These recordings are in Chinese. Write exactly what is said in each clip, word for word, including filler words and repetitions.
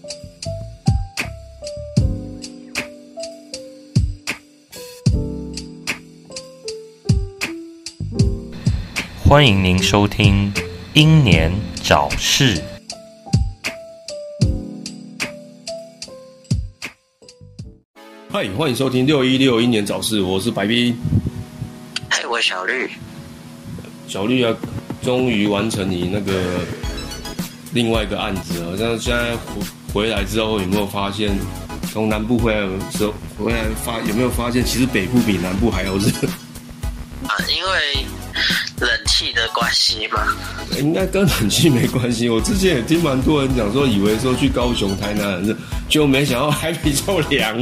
欢迎您收听英年早逝。 嗨，欢迎收听六一六英年早逝，我是白冰。 嗨，我是小绿。 小绿啊，终于完成你那个另外一个案子了。那现在回来之后，有没有发现从南部回来的时候，回来发有没有发现，其实北部比南部还要热？ 啊，因为冷气的关系嘛。 应该跟冷气没关系。我之前也听蛮多人讲说，以为说去高雄、台南很热，结果没想到还比较凉。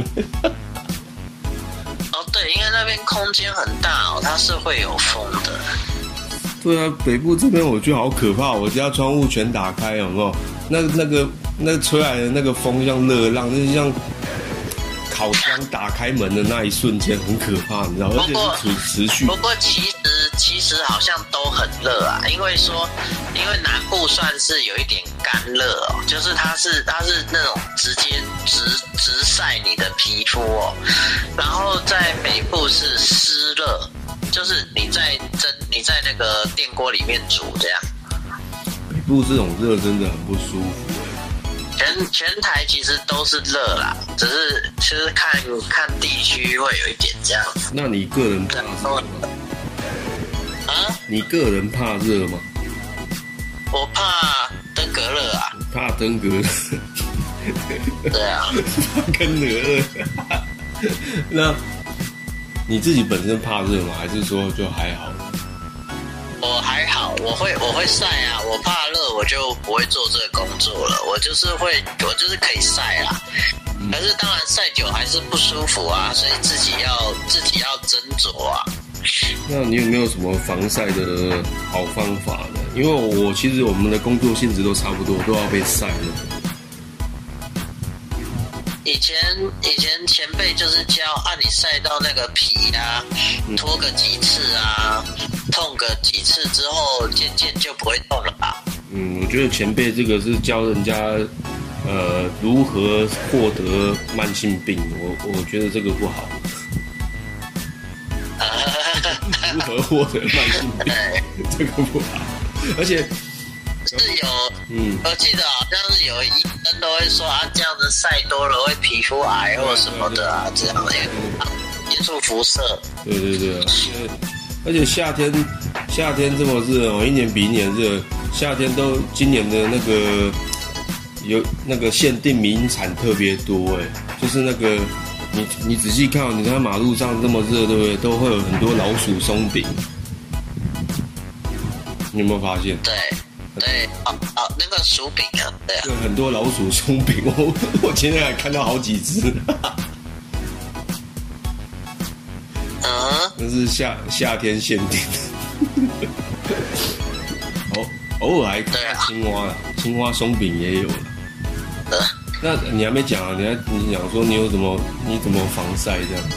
哦，对，因为那边空间很大哦，它是会有风的。 对啊，北部这边我觉得好可怕，我家窗户全打开，有没有？那那个那个吹来的那个风像热浪，就是像烤箱打开门的那一瞬间，很可怕，你知道？而且是持续。 不过其实其实好像都很热啊，因为说，因为南部算是有一点干热哦，就是它是它是那种直接直直晒你的皮肤哦，然后在北部是湿热。就是你在蒸，你在那个电锅里面煮这样。 北部这种热真的很不舒服哎。全全台其实都是热啦，只是其实看看地区会有一点这样。 那你个人怕热吗？ 啊？ 你个人怕热吗？ 我怕登革热啊。 怕登革热？ 对啊。 怕登革热？那？你自己本身怕热吗？还是说就还好？ 我还好，我会我会晒啊。我怕热，我就不会做这个工作了。我就是会，我就是可以晒啦。可是当然晒久还是不舒服啊，所以自己要自己要斟酌啊。 那你有没有什么防晒的好方法呢？因为我其实我们的工作性质都差不多，都要被晒的。 以前以前前辈就是教啊，你晒到那个皮啊，脱个几次啊，痛个几次之后，渐渐就不会痛了吧？ 嗯，我觉得前辈这个是教人家呃如何获得慢性病，我我觉得这个不好。如何获得慢性病，这个不好，而且。 是有，嗯，我记得好像是有医生都会说啊，这样子晒多了会皮肤癌或什么的啊，这样的接触辐射。 对对对，而且夏天夏天这么热哦，一年比一年热，夏天都今年的那个有那个限定名产特别多哎，就是那个你你仔细看，你看马路上这么热，对不对？都会有很多老鼠松饼，你有没有发现？ 对。对，哦哦，那个薯饼啊，对啊， 对，很多老鼠松饼，我我今天还看到好几只。 嗯， 那是夏夏天限定的。偶偶尔还看到青蛙了，青蛙松饼也有了。 嗯， 那你还没讲啊？你还你讲说你有什么？你怎么防晒这样？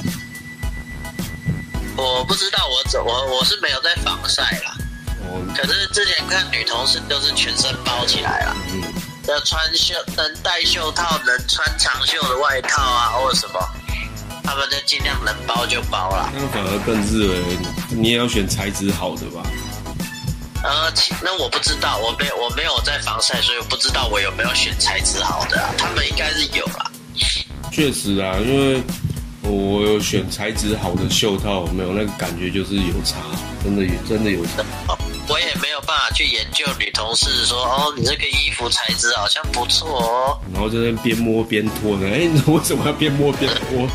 我不知道，我怎我我是没有在防晒啦。可是之前看女同事都是全身包起来了，嗯，要穿袖能戴袖套，能穿长袖的外套啊，或者什么，他们就尽量能包就包啦。 那反而更热了，你也要选材质好的吧？ 呃，那我不知道，我没我没有在防晒，所以我不知道我有没有选材质好的啊。他们应该是有啦。 确实啊，因为我有选材质好的袖套，没有那个感觉就是有差，真的有真的有差。 我也没有办法去研究女同事说，哦，你这个衣服材质好像不错哦。 然后在那边摸边脱呢，哎，你为什么要边摸边脱？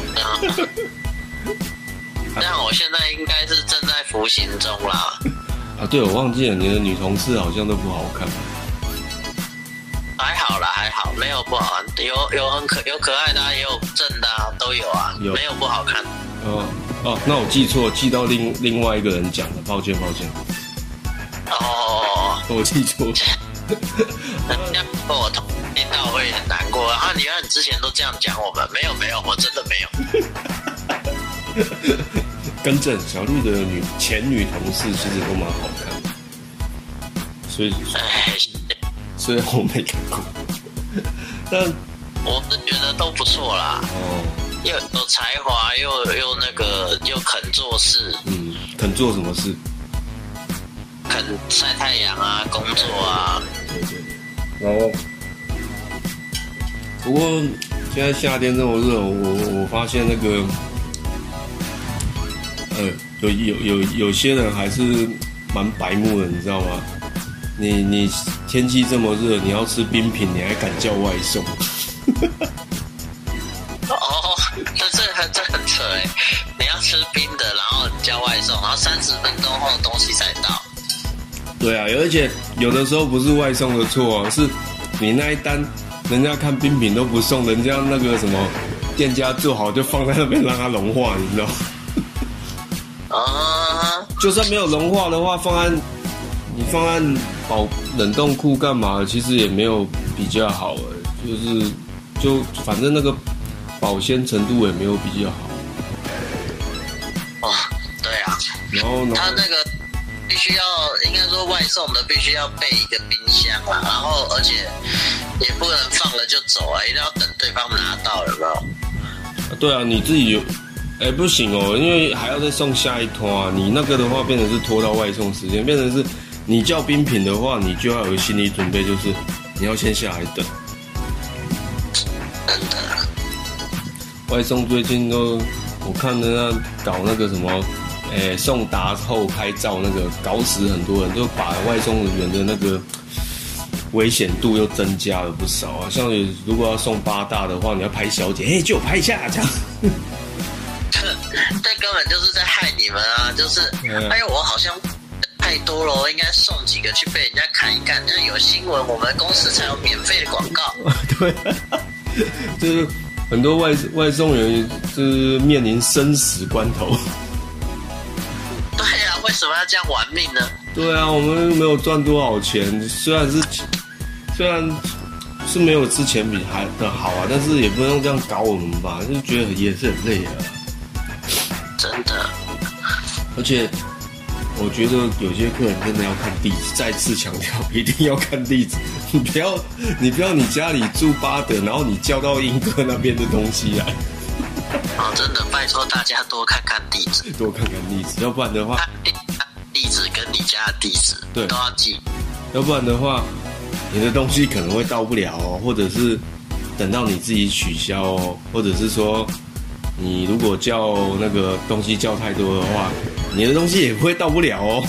那我现在应该是正在服刑中啦。 啊，对，我忘记了，你的女同事好像都不好看。 还好啦，还好，没有不好看，有有很可有可爱的、啊，也有正的啊，都有啊，有没有不好看。 哦哦，那我记错，记到另另外一个人讲了，抱歉抱歉。 哦， 我记错了。 这样我听到会很难过啊！你看你之前都这样讲我们，没有没有，我真的没有。 更正，小绿的女前女同事其实都蛮好看的，所以虽然我没看过，但我是觉得都不错啦。哦，又有才华，又又那个又肯做事。 嗯，肯做什么事？ 肯晒太阳啊，工作啊。 对对对。然后，不过现在夏天这么热，我我发现那个，呃，有有有有些人还是蛮白目的，你知道吗？你你天气这么热，你要吃冰品，你还敢叫外送？ 哦，这这很这很扯哎！你要吃冰的，然后叫外送，然后三十分钟后东西才到。 对啊，而且有的时候不是外送的错，是你那一单，人家看冰品都不送，人家那个什么店家做好就放在那边让它融化，你知道吗？啊，就算没有融化的话，放在你放在保冷冻库干嘛？其实也没有比较好哎，就是就反正那个保鲜程度也没有比较好。 哦，对啊， 然后呢？ 他那个。必须要，应该说外送的必须要备一个冰箱啊，然后而且也不能放了就走啊，一定要等对方拿到，有没有？ 对啊，你自己有，哎、欸、不行哦，因为还要再送下一拖啊，你那个的话变成是拖到外送时间，变成是你叫冰品的话，你就要有心理准备，就是你要先下来等。 真的。 外送最近都，我看人家搞那个什么。诶、欸，送达后拍照那个搞死很多人，都把外送员的那个危险度又增加了不少啊。像如果要送八大的话，你要拍小姐，哎、欸，就拍一下这样。 这根本就是在害你们啊！就是，嗯、哎呦，我好像太多了，我应该送几个去被人家看一看，那有新闻，我们公司才有免费的广告。 对，就是很多外外送员就是面临生死关头。 对呀、啊，为什么要这样玩命呢？ 对啊，我们没有赚多少钱，虽然是虽然是没有之前比还的好啊，但是也不能这样搞我们吧，就觉得也是很累啊。 真的。 而且我觉得有些客人真的要看地址，再次强调，一定要看地址。你不要你不要你家里住巴德，然后你叫到英哥那边的东西来。 哦，真的，拜托大家多看看地址， 多看看地址，要不然的话， 地址跟你家的地址对都要记， 要不然的话，你的东西可能会到不了哦，或者是等到你自己取消哦，或者是说你如果叫那个东西叫太多的话，你的东西也会到不了哦。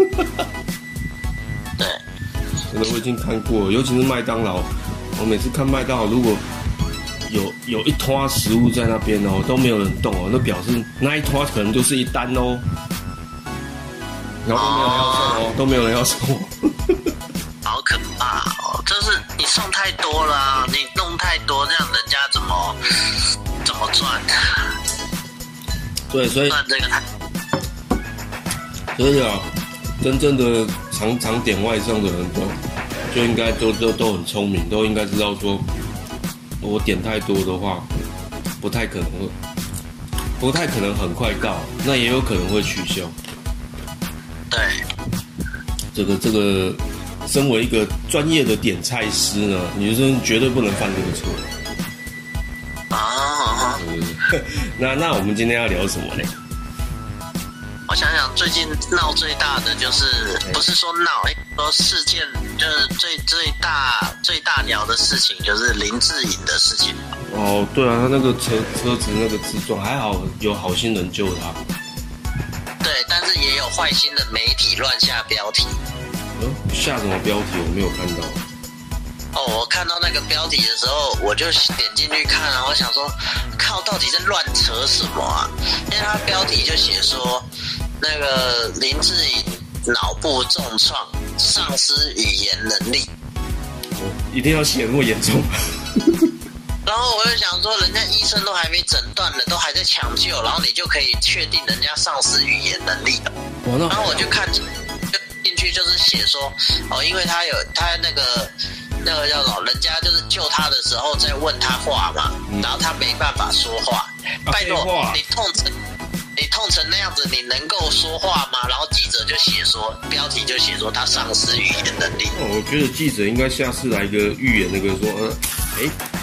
对， 真的我已经看过，尤其是麦当劳，我每次看麦当劳如果。有有一坨食物在那边哦，都没有人动哦，那表示那一坨可能就是一单哦，然后都没有人要送哦，都没有人要送哦， 好可怕哦！就是你送太多了、啊，你弄太多，这样人家怎么怎么赚？ 对，所以赚这个太， 所以啊，真正的常常点外送的人都就应该都都都很聪明，都应该知道说。我点太多的话，不太可能会，不太可能很快到，那也有可能会取消。 对， 这个这个，身为一个专业的点菜师呢，你是绝对不能犯这个错。啊，那那我们今天要聊什么呢？ 我想想，最近闹最大的就是，不是说闹，说事件就是最最大最大聊的事情，就是林志颖的事情。 哦，对啊，他那个车车子那个自撞，还好有好心人救他。 对，但是也有坏心的媒体乱下标题。 嗯，下什么标题？我没有看到。 哦，我看到那个标题的时候，我就点进去看，然后想说，靠，到底在乱扯什么啊？因为他标题就写说，那个林志颖脑部重创，丧失语言能力。 哦，一定要写那么严重？ 然后我就想说，人家医生都还没诊断呢，都还在抢救，然后你就可以确定人家丧失语言能力了。然后我就看就进去，就是写说，哦，因为他有他那个。那个叫什么？人家就是救他的时候在问他话嘛，嗯、然后他没办法说话。啊、拜托，你痛成你痛成那样子，你能够说话吗？然后记者就写说，标题就写说他丧失语言能力。 哦，我觉得记者应该下次来一个预言，那个说，呃，哎，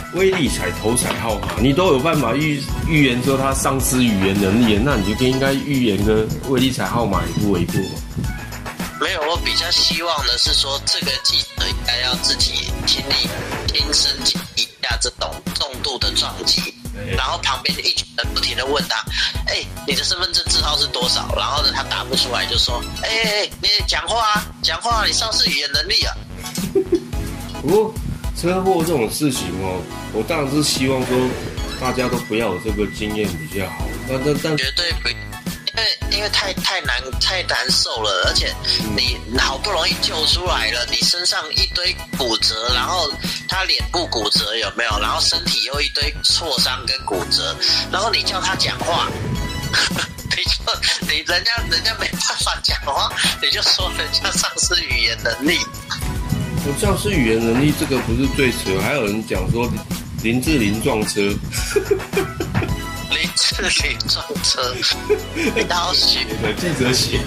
威力彩头彩号码，你都有办法预预言说他丧失语言能力，那你就应该预言个威力彩号码也不为过嘛。 没有，我比较希望的是说，这个记者应该要自己亲力亲身经历一下这种重度的撞击，然后旁边一群人不停的问他，哎、欸，你的身份证字号是多少？然后呢，他答不出来，就说，哎、欸、哎、欸，你讲话啊，讲话、啊，你丧失语言能力啊。 不过车祸这种事情哦，我当然是希望说大家都不要有这个经验比较好。那但但绝对不。因为因为太太难太难受了，而且你好不容易救出来了，你身上一堆骨折，然后他脸部骨折有没有？然后身体又一堆挫伤跟骨折，然后你叫他讲话，你就你人家人家没办法讲话，你就说人家丧失语言能力。 我丧失语言能力这个不是最扯，还有人讲说林志玲撞车。 林志玲撞车，你好写的记者写，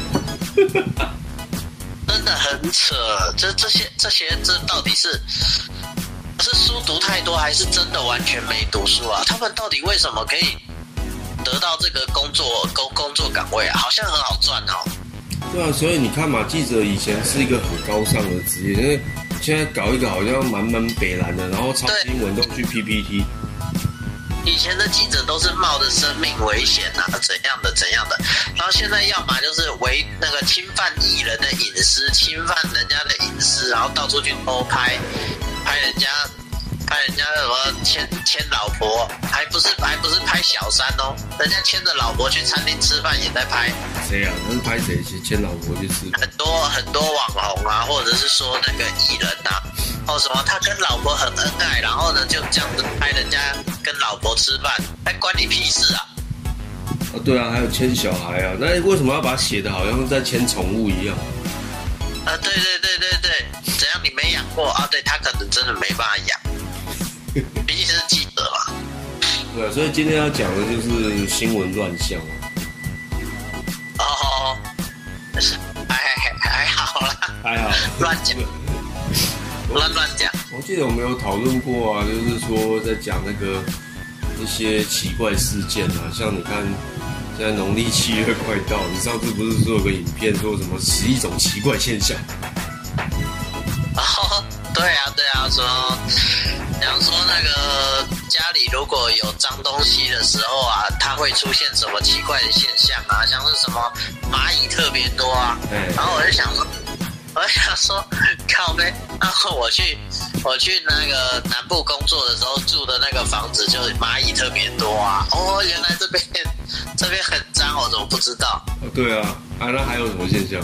真的很扯。这这些这些这到底是是书读太多，还是真的完全没读书啊？他们到底为什么可以得到这个工作工工作岗位啊？好像很好赚哦。 对啊，所以你看嘛，记者以前是一个很高尚的职业，因为现在搞一个好像满满北蓝的，然后抄新闻都去 P P T。 以前的记者都是冒着生命危险啊，怎样的怎样的，然后现在要么就是违那个侵犯艺人的隐私，侵犯人家的隐私，然后到处去偷拍，拍人家，拍人家什么牵牵老婆，还不是还不是拍小三哦，人家牵着老婆去餐厅吃饭也在拍。 谁啊？那是拍谁去牵老婆去吃？ 很多很多网红啊，或者是说那个艺人啊。哦，什么？他跟老婆很恩爱，然后呢就这样子拍人家跟老婆吃饭，还关你屁事啊？ 啊，对啊，还有牵小孩啊，那为什么要把它写的好像在牵宠物一样？ 啊，对对对对对，怎样？你没养过啊？对，他可能真的没办法养，毕竟是记者嘛。 对啊，所以今天要讲的就是新闻乱象啊。 哦，还还还好啦， 还好， 乱讲。乱乱讲， 我记得我们有讨论过啊，就是说在讲那个一些奇怪事件啊，像你看现在农历七月快到，你上次不是说有个影片说什么十一种奇怪现象？ 哦，对啊对啊，说讲说那个家里如果有脏东西的时候啊，它会出现什么奇怪的现象啊，像是什么蚂蚁特别多啊，然后我就想说。我想说，靠呗，然后我去我去那个南部工作的时候住的那个房子，就蚂蚁特别多啊。哦，原来这边这边很脏，我怎么不知道？ 哦，对啊，啊，那还有什么现象？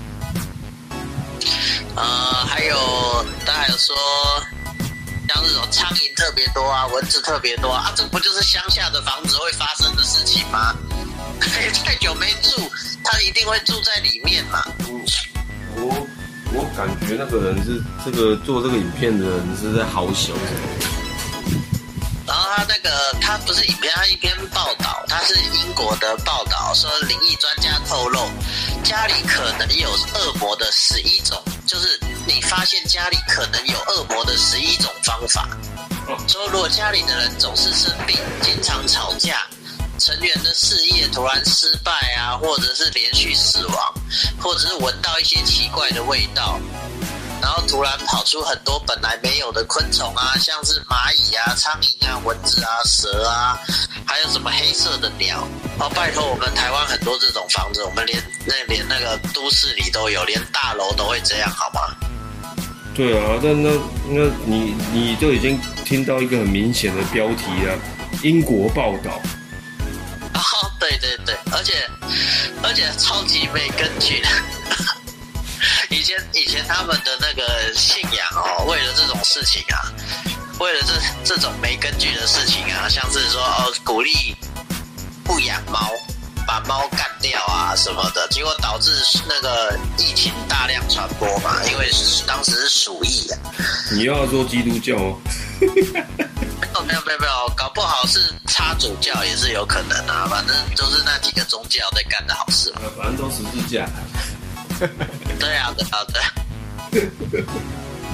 呃，还有，他还有说，像这种苍蝇特别多啊，蚊子特别多啊，啊这不就是乡下的房子会发生的事情吗？太久没住，他一定会住在里面嘛。 嗯我我感觉那个人是这个做这个影片的人是在好小什么？ 然后他那个他不是影片，他一篇报道，他是英国的报道，说灵异专家透露，家里可能有恶魔的十一种，就是你发现家里可能有恶魔的十一种方法。说如果家里的人总是生病，经常吵架。成员的事业突然失败啊，或者是连续死亡，或者是闻到一些奇怪的味道，然后突然跑出很多本来没有的昆虫啊，像是蚂蚁啊、苍蝇啊、蚊子啊、蛇啊，还有什么黑色的鸟。哦，拜托，我们台湾很多这种房子，我们连那连那个都市里都有，连大楼都会这样，好吗？ 对啊，但那那你你就已经听到一个很明显的标题了，英国报道。 哦，对对对，而且而且超级没根据的。以前以前他们的那个信仰哦，为了这种事情啊，为了这这种没根据的事情啊，像是说哦鼓励不养猫，把猫干掉啊什么的，结果导致那个疫情大量传播嘛，因为当时是鼠疫啊。 你又要说基督教哦？ 没有没有没有，搞不好是插主教也是有可能啊，反正都是那几个宗教在干的好事嘛。 反正都十字架。 对啊对啊对。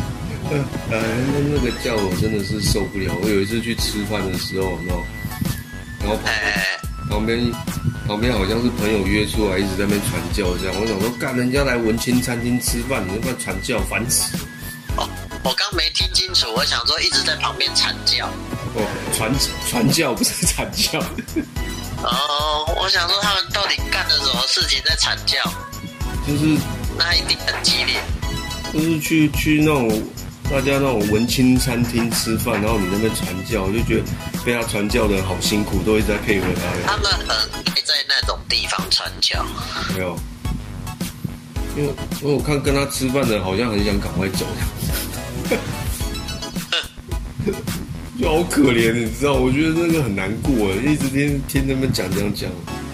呃呃，那那个叫我真的是受不了。我有一次去吃饭的时候，有没有？然后旁边旁边旁边好像是朋友约出来，一直在那边传教这样。我想说，干人家来文青餐厅吃饭，你那边传教，烦死！ 哦，我刚没听清楚，我想说一直在旁边传教。 哦，传传教不是传教。 哦，我想说他们到底干了什么事情在传教？ 就是那一定很激烈。 就是去去那种大家那种文青餐厅吃饭，然后你那边传教，我就觉得被他传教的人好辛苦，都一直在配合他。 他们很爱在那种地方传教。 没有，因为因为我看跟他吃饭的人好像很想赶快走，就好可怜，你知道？我觉得那个很难过，一直听听他们讲这样讲。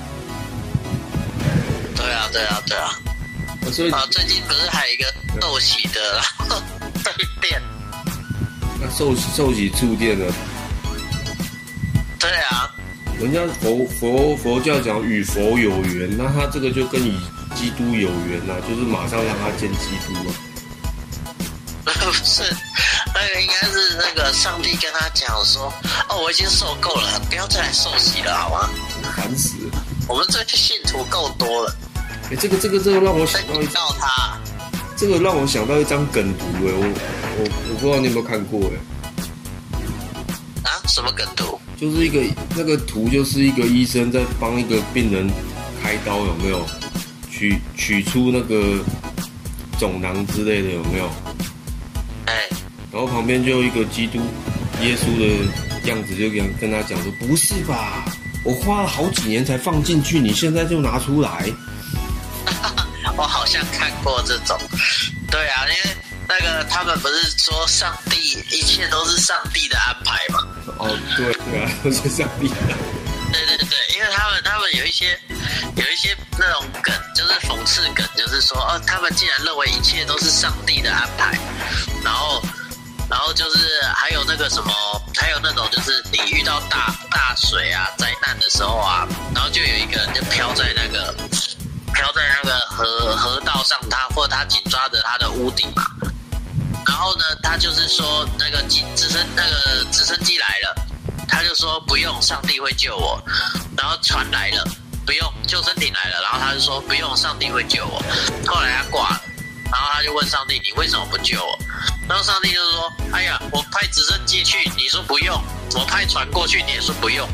对啊，对啊，对啊。 所以啊，最近不是还有一个寿喜的，然后被电。 那寿寿喜触电了。 对啊。 人家佛佛佛教讲与佛有缘，那他这个就跟与基督有缘呐、啊，就是马上让他见基督啊。 不是，那个应该是那个上帝跟他讲说，哦，我已经受够了，不要再来受洗了，好吗？ 烦死了！ 我们这信徒够多了。 哎、欸，这个这个这个让我想到一到他， 这个让我想到一张梗图哎、欸，我我我不知道你有没有看过哎、 欸。啊？什么梗图？ 就是一个那个图，就是一个医生在帮一个病人开刀，有没有？取取出那个肿囊之类的，有没有？ 哎、欸。 然后旁边就有一个基督耶稣的样子，就跟跟他讲说：“不是吧？我花了好几年才放进去，你现在就拿出来。” 我好像看过这种，对啊，因为那个他们不是说上帝一切都是上帝的安排嘛？ 哦，对对啊，都是上帝的。 对对对，因为他们他们有一些有一些那种梗，就是讽刺梗，就是说哦，他们竟然认为一切都是上帝的安排，然后然后就是还有那个什么，还有那种就是你遇到大大水啊灾难的时候啊，然后就有一个人就飘在那个。飘在那个河河道上，他或者他紧抓着他的屋顶嘛。然后呢，他就是说那个直升那个直升机来了，他就说不用，上帝会救我。然后船来了，不用，救生艇来了，然后他就说不用，上帝会救我。后来他挂了，然后他就问上帝，你为什么不救我？然后上帝就说，哎呀，我派直升机去，你说不用；我派船过去，你也说不用。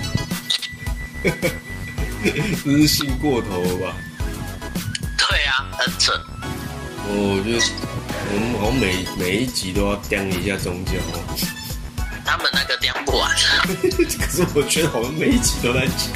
这是信过头了吧？ 对啊，很蠢。 我觉得我们好像每每一集都要掂一下宗教哦。 他们那个掂不完。 可是我觉得好像每一集都在讲。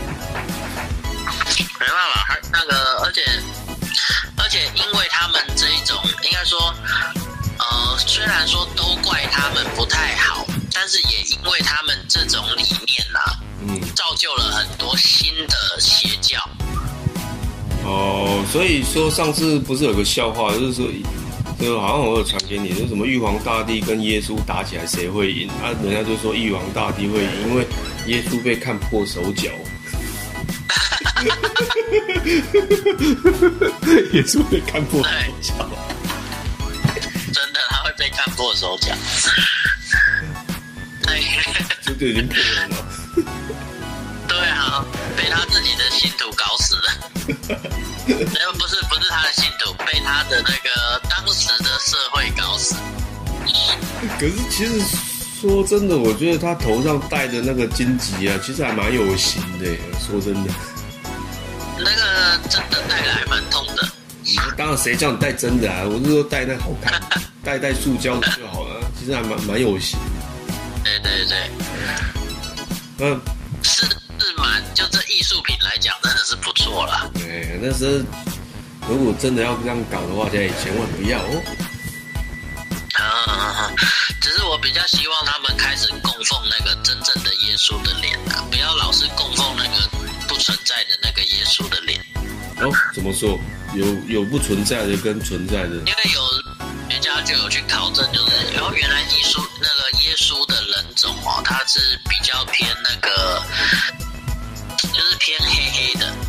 没办法，还那个，而且而且因为他们这一种，应该说，呃，虽然说都怪他们不太好，但是也因为他们这种理念啦、啊，嗯，造就了很多新的邪教。 哦，所以说上次不是有个笑话，就是说，就好像我有传给你，就是什么玉皇大帝跟耶稣打起来谁会赢？啊，人家就说玉皇大帝会赢，因为耶稣被看破手脚。耶稣被看破手脚， 真的他会被看破手脚。对， 这就已经破人了。 对啊，被他自己的信徒搞死了。那不是不是他的信徒，被他的那个当时的社会搞死。 可是其实说真的，我觉得他头上戴的那个荆棘啊，其实还蛮有型的耶。说真的， 那个真的戴了还蛮痛的。 当然，谁叫你戴真的啊？我是说戴那好看，戴戴塑胶的就好了。其实还蛮蛮有型。 对对对， 嗯， 是是蛮，就这艺术品来讲，真的是不错啦。 对，那时候如果真的要这样搞的话，也千万不要哦。 啊，只是我比较希望他们开始供奉那个真正的耶稣的脸啊，不要老是供奉那个不存在的那个耶稣的脸。 哦，怎么说？有有不存在的跟存在的？ 因为有人家就有去考证，就是然后原来耶稣那个耶稣的人种哦，他是比较偏那个，就是偏黑黑的，就是皮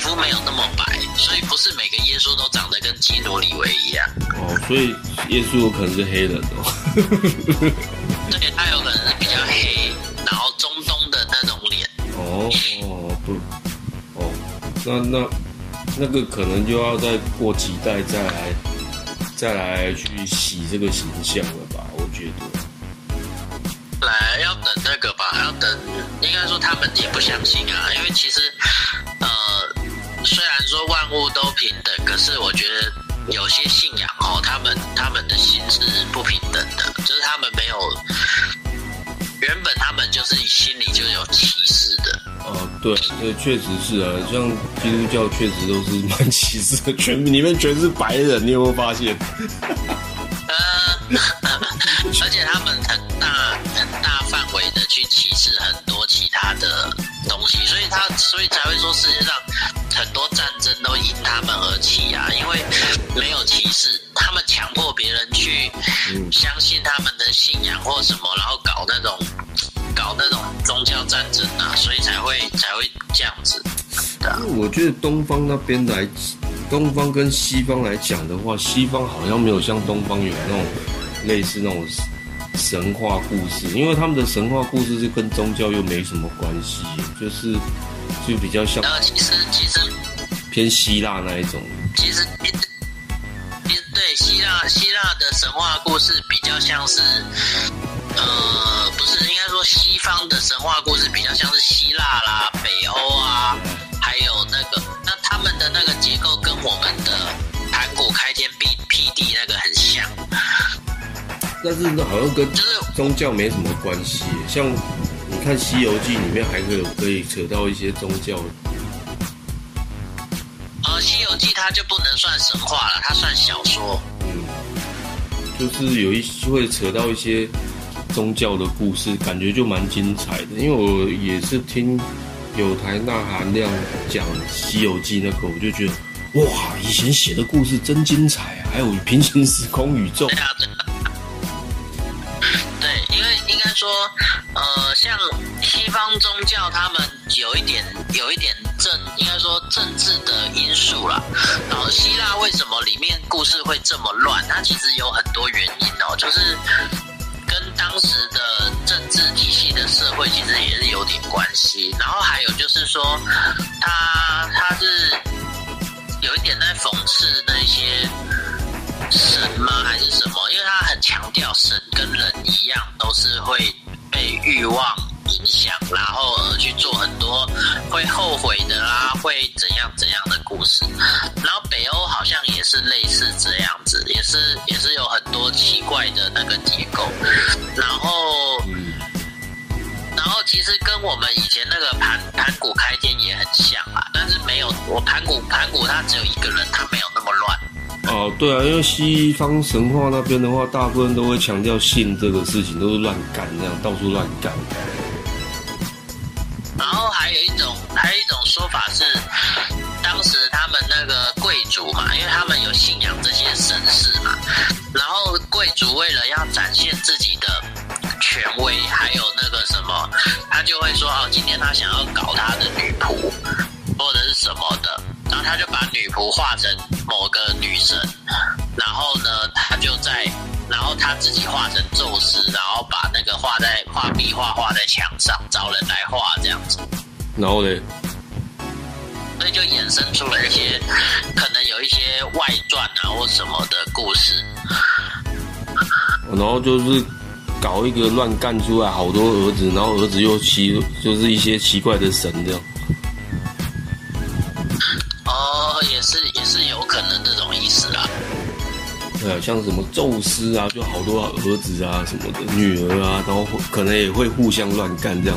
肤没有那么白，所以不是每个耶稣都长得跟基努里维一样。 哦，所以耶稣有可能是黑人哦。 对，他有可能是比较黑，然后中东的那种脸。 哦，不，哦，那那那个可能就要再过几代再来再来去洗这个形象了吧？我觉得。 来，要等那个吧，要等。应该说他们也不相信啊，因为其实，呃，虽然说万物都平等，可是我觉得有些信仰哦，他们他们的心是不平等的，就是他们没有，原本他们就是心里就有歧视的。 哦，对，这确实是啊，像基督教确实都是蛮歧视的，全里面全是白人，你有没有发现？ 呃，而且他们很大很大范围的去歧视很多其他的东西，所以他所以才会说世界上很多战争都因他们而起啊，因为没有歧视，他们强迫别人去相信他们的信仰或什么，然后搞那种搞那种宗教战争啊，所以才会才会这样子。 我觉得东方那边来，东方跟西方来讲的话，西方好像没有像东方有那种类似那种神话故事，因为他们的神话故事是跟宗教又没什么关系，就是就比较像。 呃，其实其实偏希腊那一种。 其实其实对希腊希腊的神话故事比较像是，呃，不是应该说西方的神话故事比较像是希腊啦、北欧啊，还有那个那他们的那个结构跟我们的盘古开天辟辟地那个很像。 但是好像跟宗教没什么关系，像你看《西游记》里面还可以可以扯到一些宗教。 呃，《西游记》它就不能算神话了，它算小说。 嗯，就是有一会扯到一些宗教的故事，感觉就蛮精彩的。因为我也是听有台呐含量讲《西游记》那个，我就觉得哇，以前写的故事真精彩啊！还有平行时空宇宙。 对啊，对。对，因为应该说，呃，像西方宗教，他们有一点有一点政，应该说政治的因素啦。然后希腊为什么里面故事会这么乱？它其实有很多原因哦，就是跟当时的政治体系的社会其实也是有点关系。然后还有就是说，它它是有一点在讽刺那些神吗？还是什么？因为他很强调神跟人一样，都是会被欲望影响，然后而去做很多会后悔的啦，会怎样怎样的故事。然后北欧好像也是类似这样子，也是也是有很多奇怪的那个结构。然后，然后其实跟我们以前那个盘盘古开天也很像啊，但是没有我盘古盘古他只有一个人，他没有那么乱。 哦，对啊，因为西方神话那边的话，大部分都会强调性这个事情，都是乱干这样，到处乱干。 然后还有一种，还有一种说法是，当时他们那个贵族嘛，因为他们有信仰这些神士嘛，然后贵族为了要展现自己的权威，还有那个什么，他就会说哦，今天他想要搞他的女仆，或者是什么的。然后他就把女仆画成某个女神，然后呢，他就在，然后他自己画成宙斯，然后把那个画在画壁画画在墙上，找人来画这样子。 然后嘞， 所以就衍生出了一些可能有一些外传啊或什么的故事。 然后就是搞一个乱干出来好多儿子，然后儿子又奇，就是一些奇怪的神这样。 哦，也是也是有可能这种意思啦。 对啊，像什么宙斯啊，就好多儿子啊什么的，女儿啊，然后可能也会互相乱干这样。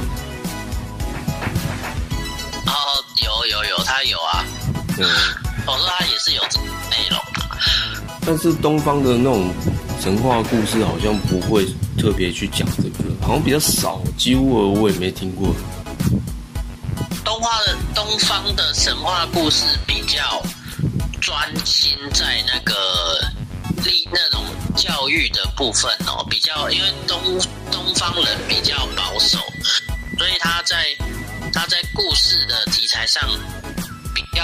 哦，有有有，他有啊。嗯，我说他也是有这种内容。 但是东方的那种神话故事好像不会特别去讲这个，好像比较少，几乎我也没听过。 东方的东方的神话故事比较专心在那个立那种教育的部分哦，比较因为东东方人比较保守，所以他在他在故事的题材上比较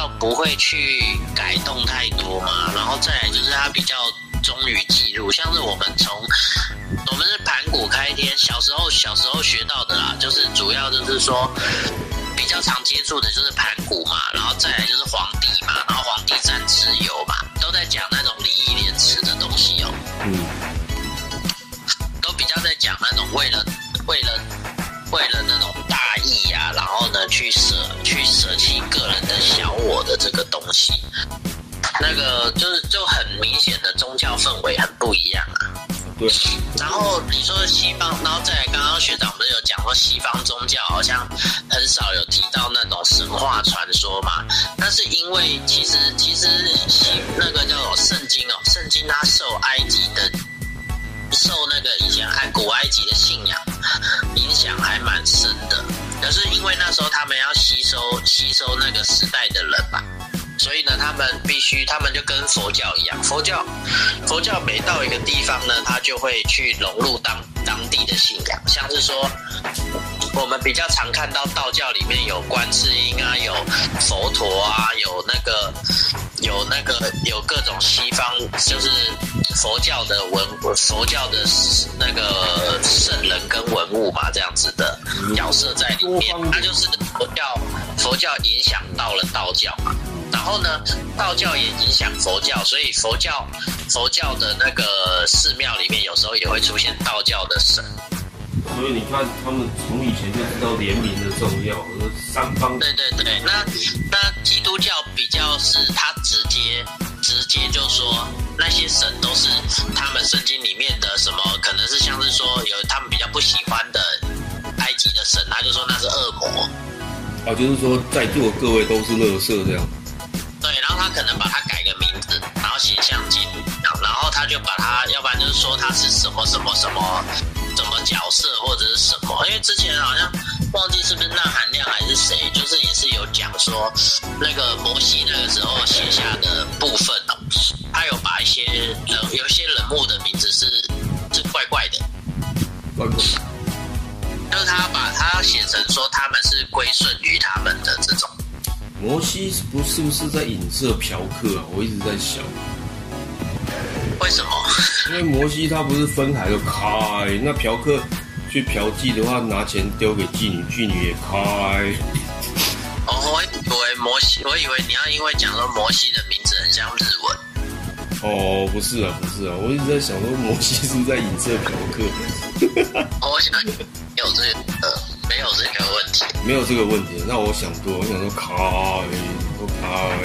较不会去改动太多嘛，然后再来就是它比较忠于记录，像是我们从我们是盘古开天，小时候小时候学到的啦，就是主要就是说比较常接触的就是盘古嘛，然后再来就是黄帝嘛，然后黄帝占蚩尤嘛，都在讲那种礼义廉耻的东西哦。 嗯， 都比较在讲那种为了为了为了那种大义啊，然后呢去舍去舍弃个人的小我的这个东西，那个就是就很明显的宗教氛围很不一样啊。 对。 然后你说西方，然后再来刚刚学长不是有讲说西方宗教好像很少有提到那种神话传说嘛？那是因为其实其实西那个叫做圣经哦，圣经它受埃及的受那个以前埃古埃及的信仰影响还蛮深的，可是因为那时候他们要吸收吸收那个时代的人嘛。所以呢，他们必须，他们就跟佛教一样，佛教，佛教每到一个地方呢，他就会去融入当当地的信仰，像是说，我们比较常看到道教里面有观世音啊，有佛陀啊，有那个有那个有各种西方就是佛教的文佛教的那个圣人跟文物嘛，这样子的角色在里面，它就是佛教佛教影响到了道教嘛。然后呢，道教也影响佛教，所以佛教佛教的那个寺庙里面有时候也会出现道教的神。 所以你看，他们从以前就知道联名的重要，三方。 对对对，那那基督教比较是他直接直接就说那些神都是他们圣经里面的什么，可能是像是说有他们比较不喜欢的埃及的神，他就说那是恶魔。 啊，就是说在座的各位都是垃圾这样。 对，然后他可能把它改个名字，然后写像经，然后他就把它，要不然就是说他是什么什么什么什么角色或者是什么，因为之前好像忘记是不是钠含量还是谁，就是也是有讲说那个摩西那个时候写下的部分哦，他有把一些人有一些人物的名字是是怪怪的， 怪怪的， 就是他把它写成说他们是归顺于他们的这种。 摩西不是不是在影射嫖客啊？我一直在想， 为什么？ 因为摩西他不是分海就开，那嫖客去嫖妓的话，拿钱丢给妓女，妓女也开。 哦，我以为摩西，我以为你要因为讲说摩西的名字很像日文。 哦，不是啊，不是啊，我一直在想说摩西是不是在影射嫖客？ 哦，我想有这个。呃没有这个问题， 没有这个问题。那我想多，我想说开，都开。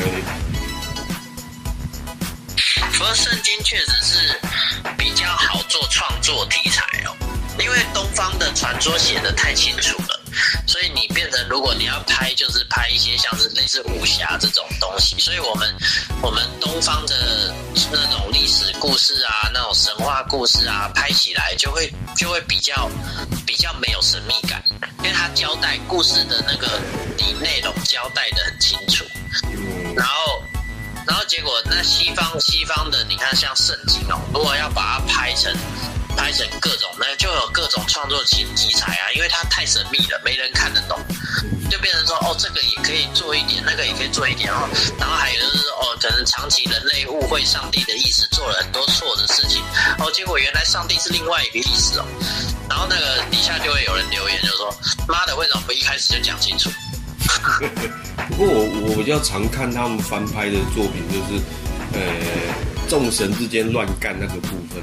不过圣经确实是比较好做创作题材哦，因为东方的传说写得太清楚了，所以你变成如果你要拍，就是拍一些像是类似武侠这种东西，所以我们我们东方的那种历史故事啊，那种神话故事啊，拍起来就会就会比较比较没有神秘感，因为它交代故事的那个底内容交代得很清楚，然后。然后结果，那西方西方的，你看像圣经哦，如果要把它拍成拍成各种，那就有各种创作题题材啊，因为它太神秘了，没人看得懂，就变成说哦，这个也可以做一点，那个也可以做一点哦。然后还有就是哦，可能长期人类误会上帝的意思，做了很多错的事情，哦，结果原来上帝是另外一个意思哦。然后那个底下就会有人留言就说：“妈的，为什么不一开始就讲清楚？” 不过我我比较常看他们翻拍的作品，就是呃众神之间乱干那个部分。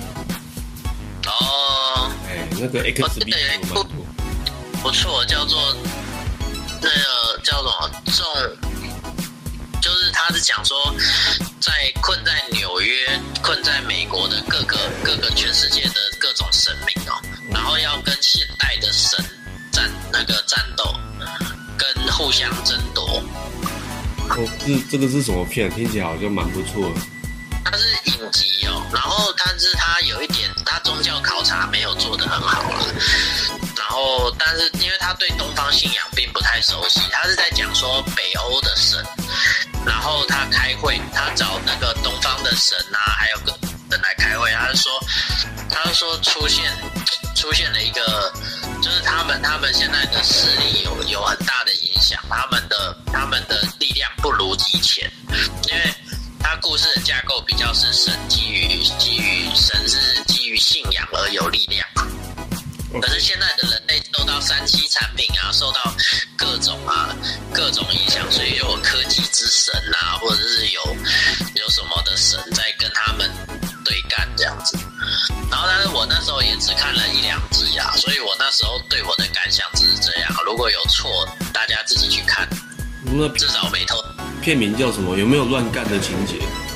哦， 哎，那个 X B 有蛮多， 不错，叫做那个叫什么众，就是他是讲说，在困在纽约、困在美国的各个各个全世界的各种神明哦，然后要跟现代的神战那个战斗。跟互相争夺。 哦，这这个是什么片？听起来好像蛮不错的。 它是影集哦，然后但是它有一点，它宗教考察没有做得很好啦。然后，但是因为他对东方信仰并不太熟悉，他是在讲说北欧的神，然后他开会，他找那个东方的神啊，还有个人来开会，他就说，他就说出现出现了一个。就是他们，他们现在的实力有有很大的影响，他们的他们的力量样不如以前，因为它故事的架构比较是神基于基于神是基于信仰而有力量。可是现在的人类受到三 C 产品啊，受到各种啊各种影响，所以又有科技之神啊，或者是有有什么的神在跟他们对干这样子。然后，但是我那时候也只看了一两集啊，所以我那时候对我的感想只是这样。如果有错，大家自己去看。 那至少没偷。 片名叫什么？有没有乱干的情节？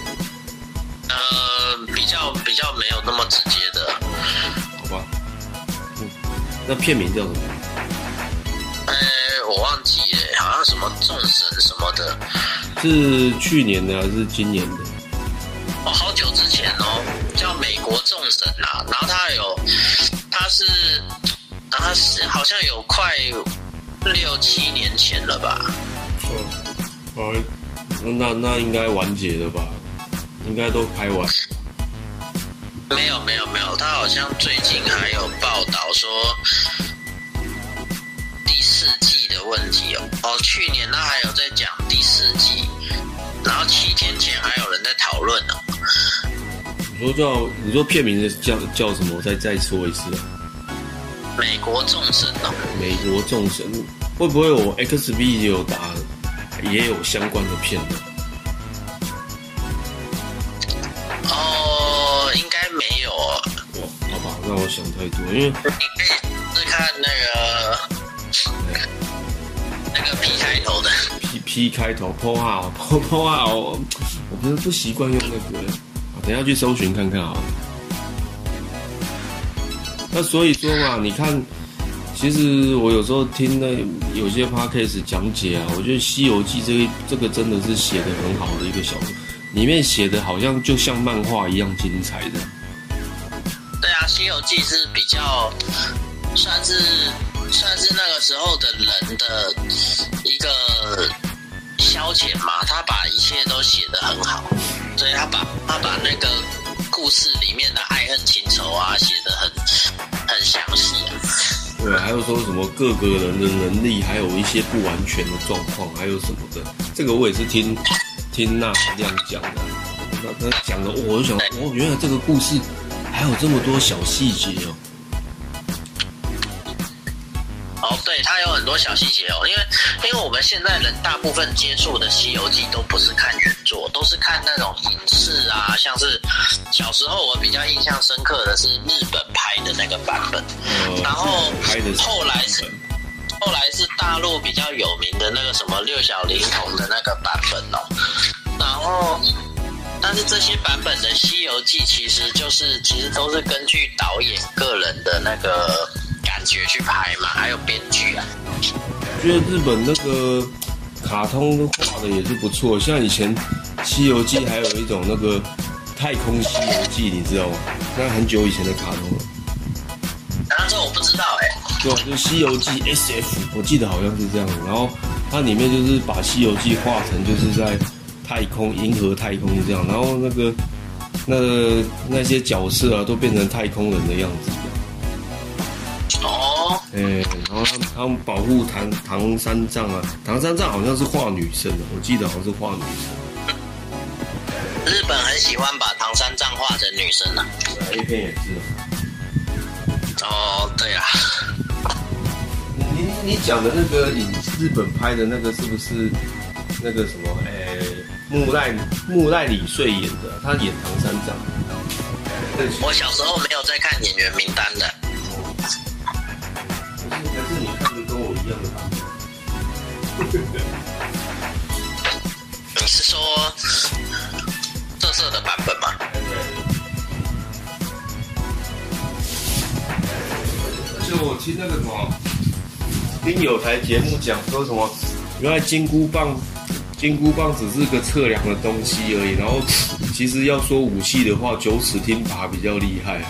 呃，比较比较没有那么直接的。 好吧。嗯，那片名叫什么？ 呃，我忘记了，好像什么众神什么的。 是去年的还是今年的？ 哦，好久之前哦，叫《美国众神》啊。然后它有，它是，它是好像有快六七年前了吧？ 哦，那那应该完结了吧？应该都拍完。 没有没有没有，他好像最近还有报道说第四季的问题哦。哦，去年他还有在讲第四季，然后七天前还有人在讨论哦。 你说叫你说片名叫叫什么？我再再说一次啊。 美国众神哦。 美国众神会不会我 X B 也有打，也有相关的片的？ 哦，应该没有哦。 哦，好吧，那我想太多，因为你可以是看那个那个 P 开头的 P P 开头 P O A P O A， 我我不是不习惯用那个，等一下去搜寻看看好了。那所以说嘛，你看，其实我有时候听那有些 podcast 讲解啊，我觉得《西游记》这个这个真的是写得很好的一个小说，里面写的好像就像漫画一样精彩的。 对啊，《西游记》是比较算是算是那个时候的人的一个消遣嘛，他把一切都写得很好，所以他把他把那个故事里面的爱恨情仇啊写得很很详细啊。 对，还有说什么各个人的能力，还有一些不完全的状况，还有什么的，这个我也是听听那这样讲的。那他讲的，我就想，哦，原来这个故事还有这么多小细节哦。 哦，对，它有很多小细节哦，因为因为我们现在人大部分接触的《西游记》都不是看原作，都是看那种影视啊，像是小时候我比较印象深刻的是日本拍的那个版本，呃、然后后来是后来是大陆比较有名的那个什么六小龄童的那个版本哦，然后。但是这些版本的《西游记》其实就是其实都是根据导演个人的那个感觉去拍嘛，还有编剧啊。 觉得日本那个卡通画的也是不错，像以前《西游记》还有一种那个《太空西游记》，你知道吗？那很久以前的卡通了。 啊，这我不知道哎、欸。 对，就是《西游记》S F， 我记得好像是这样。然后它里面就是把《西游记》画成就是在太空、银河太空这样，然后那个、那个、那些角色啊，都变成太空人的样子。 哦。 哎、欸，然后他们他们保护唐唐三藏啊，唐三藏好像是画女生的，我记得好像是画女生。 日本很喜欢把唐三藏画成女生啊。 A 片也是。 哦，对啊。 你你讲的那个影日本拍的那个是不是那个什么？哎、欸。木赖木赖李穗演的，他演唐三藏。 我小时候没有在看演员名单的。 可是，可是你看的跟我一样的版本。 你是说色色的版本吗？ 而且我听那个什么，听有台节目讲说什么，原来金箍棒。金箍棒只是个测量的东西而已，然后其实要说武器的话，九齿钉耙比较厉害。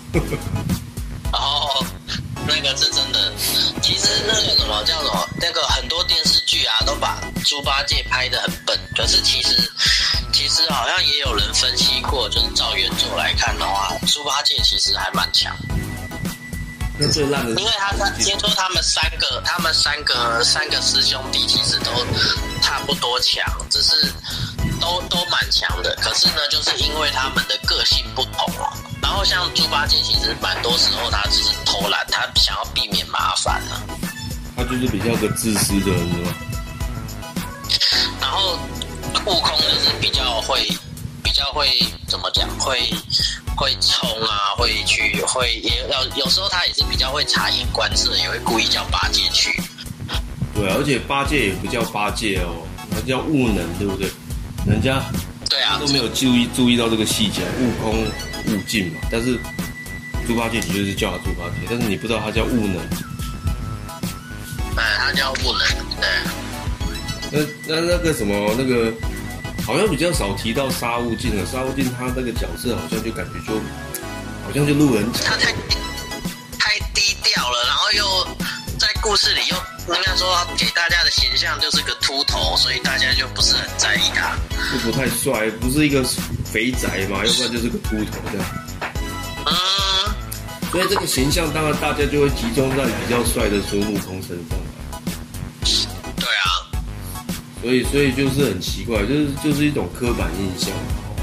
哦，那个是真的。其实那个什么叫什么，那个很多电视剧啊，都把猪八戒拍得很笨。可是其实，其实好像也有人分析过，就是照原作来看的话，猪八戒其实还蛮强。 那最烂的， 因为他他听说他们三个，他们三个三个师兄弟其实都差不多强，只是都都蛮强的。可是呢，就是因为他们的个性不同哦。然后像猪八戒，其实蛮多时候他只是偷懒，他想要避免麻烦啊。 他就是比较个自私的人，是吧？ 然后悟空就是比较会，比较会怎么讲？会会冲啊，会去会也要有时候他也是比较会察言观色，也会故意叫八戒去。 对啊，而且八戒也不叫八戒哦，他叫悟能，对不对？人家对啊都没有注意注意到这个细节，悟空、悟净嘛。但是猪八戒的确是叫他猪八戒，但是你不知道他叫悟能。 哎，他叫悟能，对。 那那那个什么那个，好像比较少提到沙悟净了。沙悟净他那个角色好像就感觉就，好像就路人甲。 他太太低调了，然后又在故事里又应该说给大家的形象就是个秃头，所以大家就不是很在意他。 就不太帅，不是一个肥宅嘛，要不然就是个秃头这样。 嗯。 所以这个形象当然大家就会集中在比较帅的孙悟空身上。 对啊。 所以，所以就是很奇怪，就是就是一种刻板印象。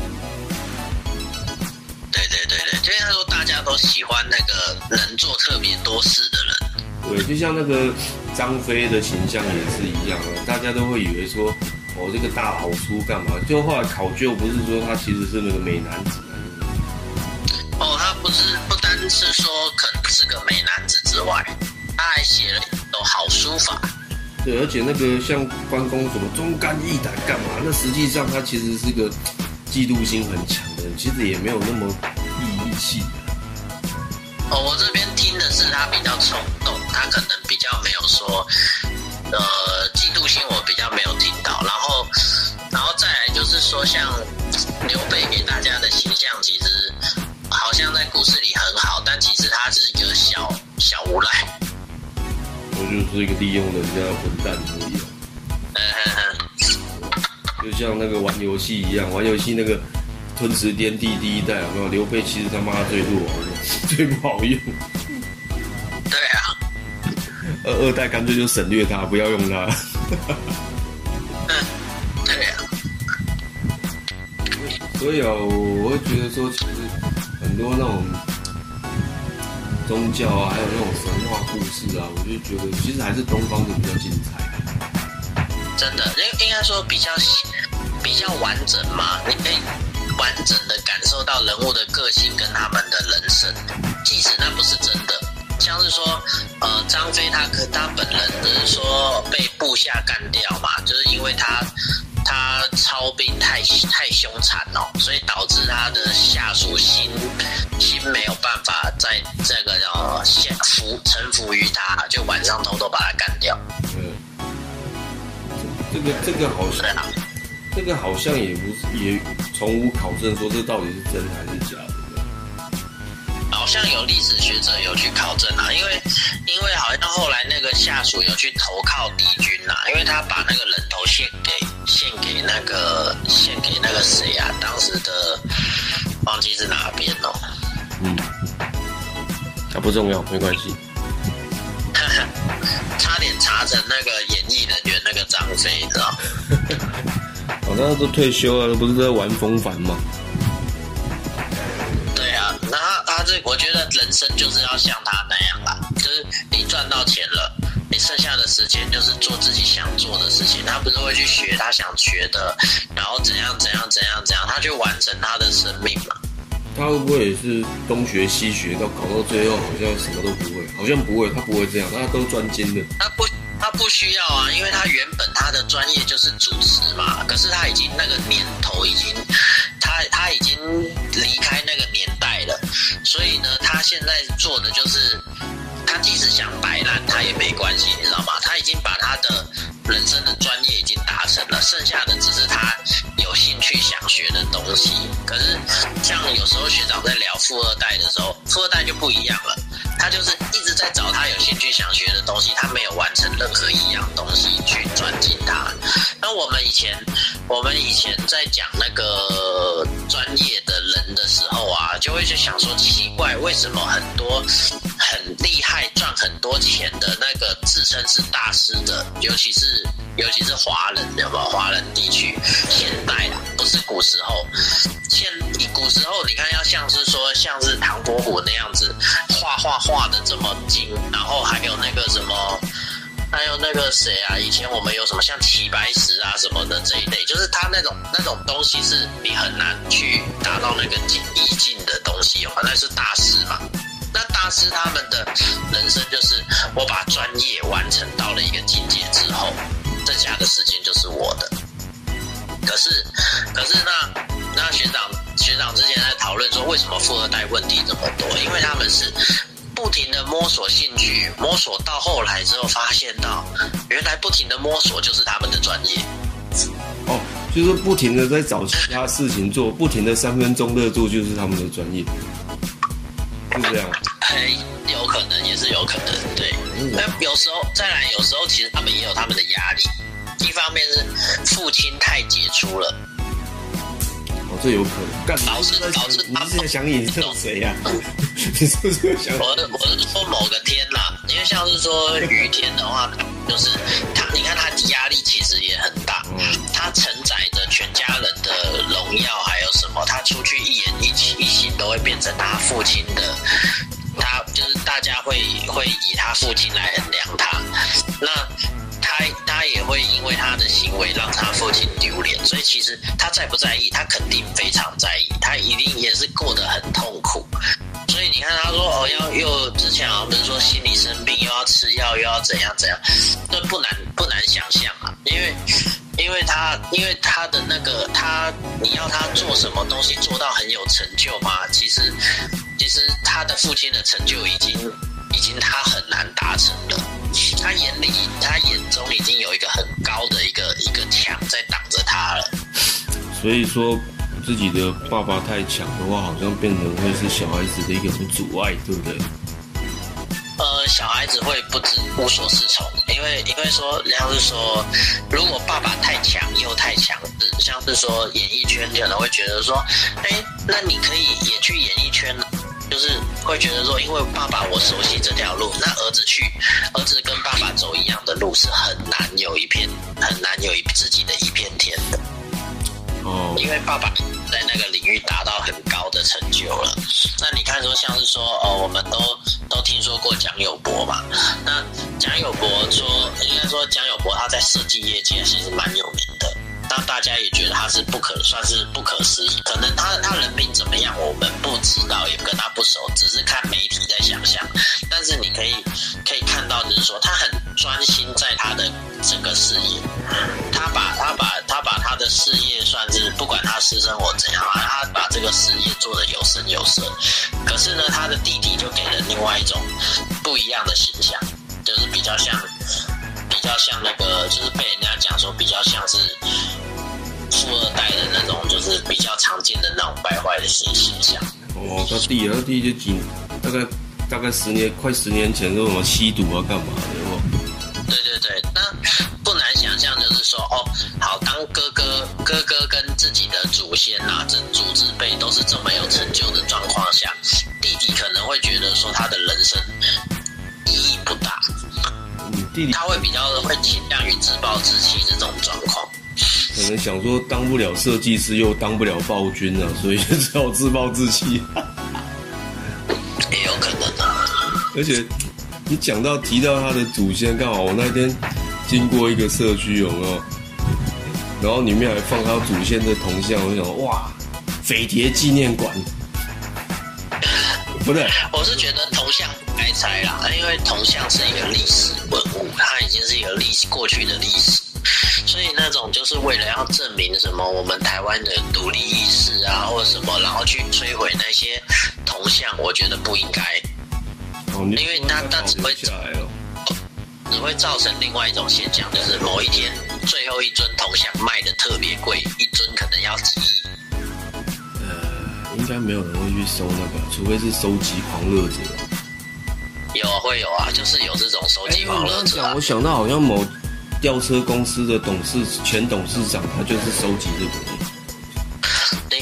对对对对，就是他说大家都喜欢那个能做特别多事的人。 对，就像那个张飞的形象也是一样啊，大家都会以为说，哦，这个大老粗干嘛？就后来考究不是说他其实是那个美男子啊。 哦，他不是不单是说可能是个美男子之外，他还写了一手好书法。 对，而且那个像关公什么忠肝义胆干嘛？那实际上他其实是个嫉妒心很强的人，其实也没有那么义义气。 哦，我这边听的是他比较冲动，他可能比较没有说，呃，嫉妒心我比较没有听到。然后，然后再来就是说，像刘备给大家的形象，其实好像在故事里很好，但其实他是一个小小无赖。 我就是一个利用人家的混蛋而已、啊。 嗯， 就像那个玩游戏一样，玩游戏那个吞食天地第一代有没有？刘备其实他妈最弱的，最不好用。 对啊。 二二代干脆就省略他，不要用他。 嗯，对啊。 所以啊，我会觉得说，其实很多那种宗教啊，还有那种神话故事啊，我就觉得其实还是东方的比较精彩。 真的，应应该说比较比较完整嘛，你可以完整的感受到人物的个性跟他们的人生，即使那不是真的。像是说，呃，张飞他他本人就是说被部下干掉嘛，就是因为他他操兵太太凶残哦，所以导致他的下属心心没有办法在这个呃服臣服于他，就晚上偷偷把他干掉。 嗯，这个这个好像，啊、这个好像也不是也从无考证说这到底是真还是假的。 好像有历史学者有去考证啊，因为因为好像后来那个下属有去投靠敌军啊，因为他把那个人头献给献给那个献给那个谁啊，当时的忘记是哪边哦。 嗯，那不重要，没关系。 差点查成那个演艺人员那个张飞，你知道吗？ 哦，那都退休了，不是在玩风帆吗？ 对啊，那他他这，我觉得人生就是要像他那样啦，就是你赚到钱了，你剩下的时间就是做自己想做的事情。他不是会去学他想学的，然后怎样怎样怎样怎样，他去完成他的生命嘛。 他会不会也是东学西学，到搞到最后好像什么都不会？好像不会，他不会这样，他都专精的。 他不，他不需要啊，因为他原本他的专业就是主持嘛。可是他已经那个年头已经，他他已经离开那个年代了，所以呢，他现在做的就是，他即使想摆烂，他也没关系，你知道吗？他已经把他的人生的专业已经达成了，剩下的只是他有兴趣想学的东西。可是像有时候学长在聊富二代的时候，富二代就不一样了，他就是一直在找他有兴趣想学的东西，他没有完成任何一样东西去专精它。那我们以前我们以前在讲那个专业的人的时候啊，就会去想说，奇怪，为什么很多很厉害赚很多钱的那个自称是大师的，尤其是尤其是华人，有没有？华人地区现代啊，不是古时候。现以古时候，你看要像是说像是唐伯虎那样子画画画的这么精，然后还有那个什么。还有那个谁啊？以前我们有什么像齐白石啊什么的这一类，就是他那种那种东西是你很难去达到那个意境的东西哦，那是大师嘛。那大师他们的人生就是我把专业完成到了一个境界之后，剩下的时间就是我的。可是，可是那那学长学长之前在讨论说，为什么富二代问题这么多？因为他们是。不停的摸索兴趣，摸索到后来之后，发现到原来不停的摸索就是他们的专业。 哦，就是不停的在找其他事情做，不停的三分钟热度就是他们的专业，是这样。 嘿，有可能，也是有可能，对。那有时候再来，有时候其实他们也有他们的压力。一方面是父亲太杰出了。 哦，这有可能。干， 导致导致你是在想影射谁呀？你是不是想？ 我我是说某个天啦，因为像是说于天的话，就是他，你看他的压力其实也很大，他承载着全家人的荣耀，还有什么，他出去一言一起一行都会变成他父亲的，他就是大家会会以他父亲来衡量他，那。他他也会因为他的行为让他父亲丢脸，所以其实他在不在意，他肯定非常在意，他一定也是过得很痛苦。所以你看他说哦，要又之前好像不是说心理生病，又要吃药，又要怎样怎样，这不难不难想象啊，因为因为他因为他的那个他，你要他做什么东西做到很有成就吗？其实其实他的父亲的成就已经已经他很难达成了。他眼里，他眼中已经有一个很高的一个一个墙在挡着他了。 所以说，自己的爸爸太强的话，好像变成会是小孩子的一个阻碍，对不对？ 呃，小孩子会不知无所适从，因为因为说，像是说，如果爸爸太强又太强势，像是说演艺圈可能会觉得说，哎，那你可以也去演艺圈了。就是会觉得说，因为爸爸我熟悉这条路，那儿子去，儿子跟爸爸走一样的路是很难有一片很难有一自己的一片天的。哦，因为爸爸在那个领域达到很高的成就了。那你看说像是说哦，我们都都听说过蒋友柏嘛？那蒋友柏说，应该说蒋友柏他在设计业界其实蛮有名的。那大家也觉得他是不可算是不可思议，可能他他人品怎么样我们不知道，也跟他不熟，只是看媒体在想象。但是你可以可以看到，就是说他很专心在他的整个事业，他把他把他把他的事业算是不管他私生活怎样，他把这个事业做得有声有色。可是呢，他的弟弟就给人另外一种不一样的形象，就是比较像。比较像那个，就是被人家讲说比较像是富二代的那种，就是比较常见的那种败坏的形形象。 哦，他弟，他弟就几大概大概十年，快十年前说什么吸毒啊，干嘛的？有有对对对，那不难想象，就是说哦，好，当哥哥哥哥跟自己的祖先啊，这祖子辈都是这么有成就的状况下，弟弟可能会觉得说他的人生意义不大。弟弟他会比较会倾向于自暴自弃这种状况， 可能想说当不了设计师又当不了暴君啊，所以就只好自暴自弃。 也有可能啊。 而且你讲到提到他的祖先，刚好我那天经过一个社区，有没有？然后里面还放他祖先的铜像，我就想哇，匪谍纪念馆。不对， 我是觉得铜像不该拆啦，因为铜像是一个历史文物，它已经是一个历史过去的历史，所以那种就是为了要证明什么我们台湾的独立意识啊，或者什么，然后去摧毁那些铜像，我觉得不应该， 哦、 因为它它只会只会造成另外一种现象，就是某一天最后一尊铜像卖的特别贵，一尊可能要几亿。 应该没有人会去收那个，除非是收集狂热者。 有会有啊，就是有这种收集狂热者、啊欸。我想到好像某吊车公司的董事前董事长，他就是收集这个。 你看哦，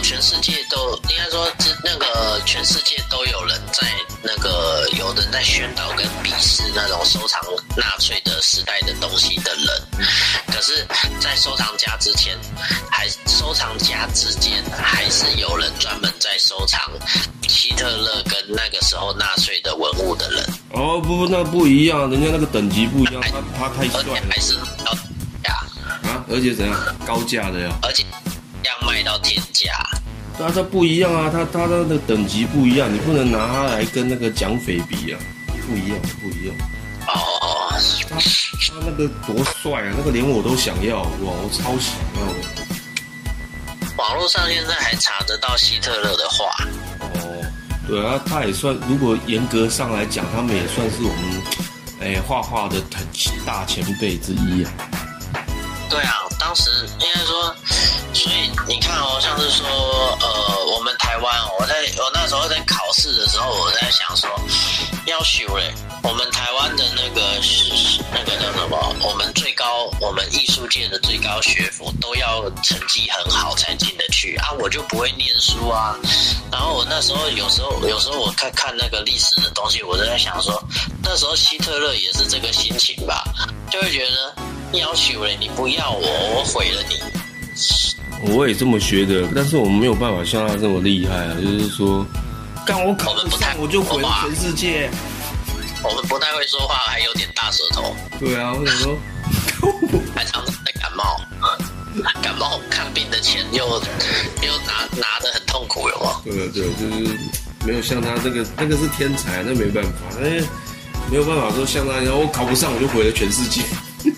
全世界都应该说，那个全世界都有人在那个有人在宣导跟鄙视那种收藏纳粹的时代的东西的人，可是，在收藏家之前，还收藏家之间还是有人专门在收藏希特勒跟那个时候纳粹的文物的人。 哦，不不，那不一样，人家那个等级不一样，他他太帅了， 而且还是要价啊，而且怎样高价的呀？ 而且要卖到天价。 他他不一样啊，他他的那个等级不一样，你不能拿他来跟那个蒋匪比啊，不一样不一样。 哦， 他他那个多帅啊，那个连我都想要，哇，我超想要的。 网络上现在还查得到希特勒的画。 哦，对啊，他也算，如果严格上来讲，他们也算是我们哎画画的大前辈之一啊。 对啊，当时应该说，所以你看哦，像是说，呃，我们台湾哦，我在我那时候在考试的时候，我在想说，要修嘞，我们台湾的那个那个叫什么？我们最高，我们艺术界的最高学府都要成绩很好才进得去啊，我就不会念书啊。然后我那时候有时候有时候我看看那个历史的东西，我都在想说，那时候希特勒也是这个心情吧，就会觉得。要求了，你不要我，我毁了你。 我也这么觉得，但是我们没有办法像他这么厉害啊！就是说，干我考不上，我就毁了全世界。 我们不太会说话，还有点大舌头。 对啊，我想说， 还常常在感冒，感冒看病的钱又又拿拿得很痛苦，有吗？ 对对，就是没有像他这个，那个是天才，那没办法，那没有办法说像他，然后我考不上，我就毁了全世界。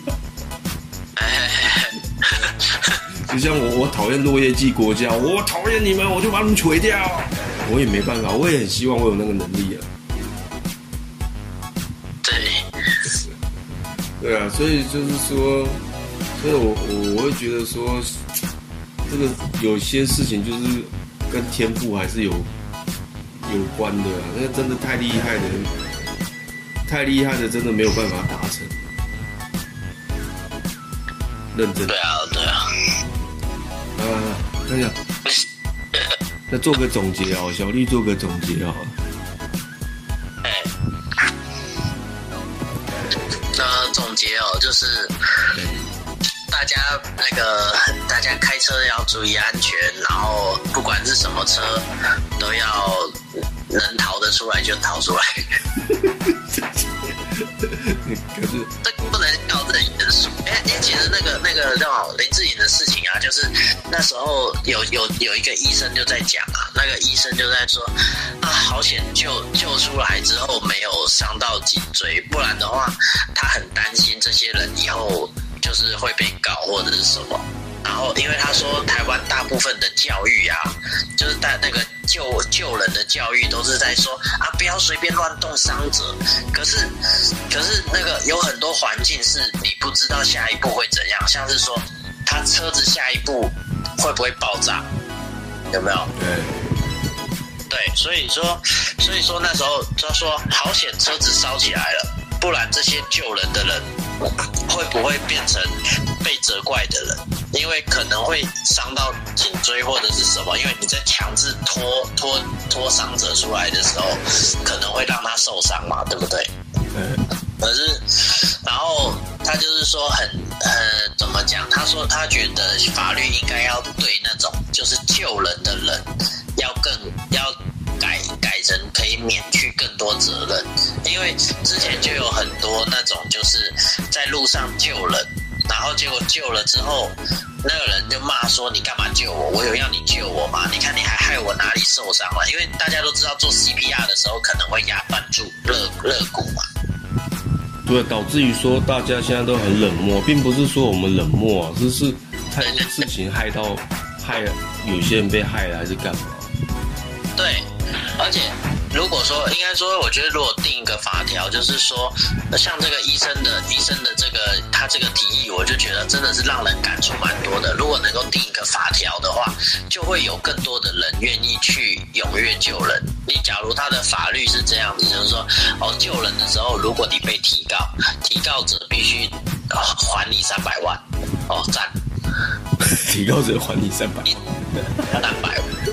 就像我，我讨厌落叶季国家，我讨厌你们，我就把你们毁掉。我也没办法，我也很希望我有那个能力啊。 对， 对啊，所以就是说，所以我我我会觉得说，这个有些事情就是跟天赋还是有有关的啊。那个真的太厉害的，太厉害的，真的没有办法达成。认真。 对啊，对啊。 啊，看一下，那做个总结哦，小丽做个总结啊。 哎，那总结哦，就是大家那个大家开车要注意安全，然后不管是什么车，都要能逃得出来就逃出来。 可是这不能靠这人数。哎，你其实那个那个叫林志颖的事情啊，就是那时候有有有一个医生就在讲啊，那个医生就在说啊，好险救救出来之后没有伤到颈椎，不然的话他很担心这些人以后就是会被告或者是什么。然后，因为他说台湾大部分的教育啊，就是在那个救救人的教育都是在说啊，不要随便乱动伤者。可是，可是那个有很多环境是你不知道下一步会怎样，像是说他车子下一步会不会爆炸，有没有？ 对， 对，所以说，所以说那时候他说好险车子烧起来了，不然这些救人的人会不会变成被责怪的人？因为可能会伤到颈椎或者是什么，因为你在强制拖拖拖伤者出来的时候，可能会让他受伤嘛，对不对？ 嗯。 可是，然后他就是说很呃，怎么讲？他说他觉得法律应该要对那种就是救人的人要更要改改成可以免去更多责任，因为之前就有很多那种就是在路上救人。然后结果救了之后，那个人就骂说：“你干嘛救我？我有要你救我吗？你看你还害我哪里受伤了？”因为大家都知道做 C P R 的时候可能会压绊住肋肋骨嘛。 对，导致于说大家现在都很冷漠，并不是说我们冷漠啊，只是太多事情害到害有些人被害了还是干嘛？ 对，而且。如果说应该说，我觉得如果定一个法条，就是说，像这个医生的医生的这个他这个提议，我就觉得真的是让人感触蛮多的。如果能够定一个法条的话，就会有更多的人愿意去踊跃救人。你假如他的法律是这样子，就是说，哦，救人的时候，如果你被提告，提告者必须、哦、还你三百万，哦，赞。 提告者还你三百， 三百万。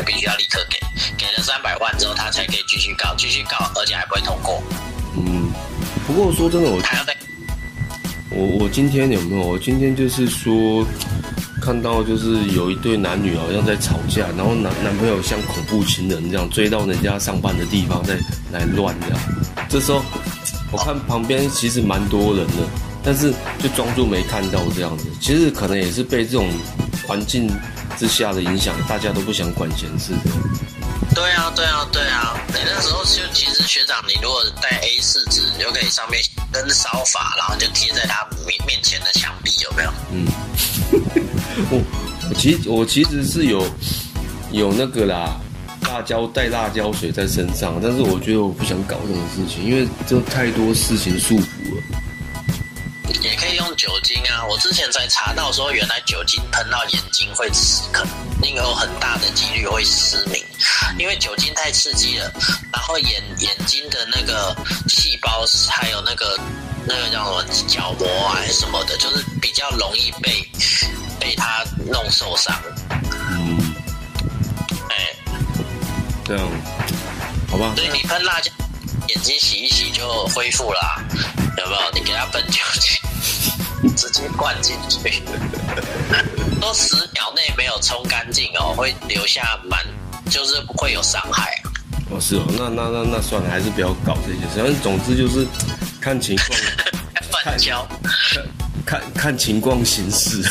就必须要立刻给，给了三百万之后，他才可以继续告，继续告，而且还不会通过。 嗯，不过说真的，我还要再我我今天有没有？我今天就是说。看到就是有一对男女好像在吵架，然后男男朋友像恐怖情人这样追到人家上班的地方再来乱这样。这时候我看旁边其实蛮多人的，但是就装作没看到这样子。其实可能也是被这种环境之下的影响，大家都不想管闲事的。 对啊，对啊，对啊！你那时候就其实学长，你如果带 A 四 纸，你就可以上面跟烧法，然后就贴在他面面前的墙壁，有没有？嗯。 我我其实我其实是有有那个啦，辣椒带辣椒水在身上，但是我觉得我不想搞这种事情，因为这太多事情束缚了。 也可以用酒精啊！我之前才查到说，原来酒精喷到眼睛会可能有很大的几率会失明，因为酒精太刺激了，然后眼眼睛的那个细胞还有那个那个叫什么角膜啊还是什么的，就是比较容易被被它弄受伤。 嗯， 哎、欸， 这样，好吧。 所以你喷辣椒，眼睛洗一洗就恢复啦，有没有？你给它喷酒精，直接灌进去，都十秒内没有冲干净哦，会留下蛮，就是会有伤害。 哦，是哦，那那那那算了，还是不要搞这些事。反正总之就是看情况， 乱教， 看看看情况行事。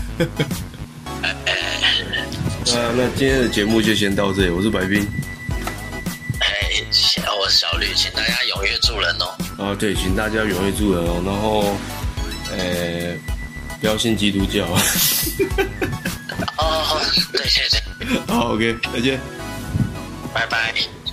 那那今天的节目就先到这里，我是白冰。 哎，我是小吕，请大家踊跃助人哦。 啊，对，请大家踊跃助人哦。然后，呃，不要信基督教。 哦，对对对。 好 ，OK，再见， 拜拜。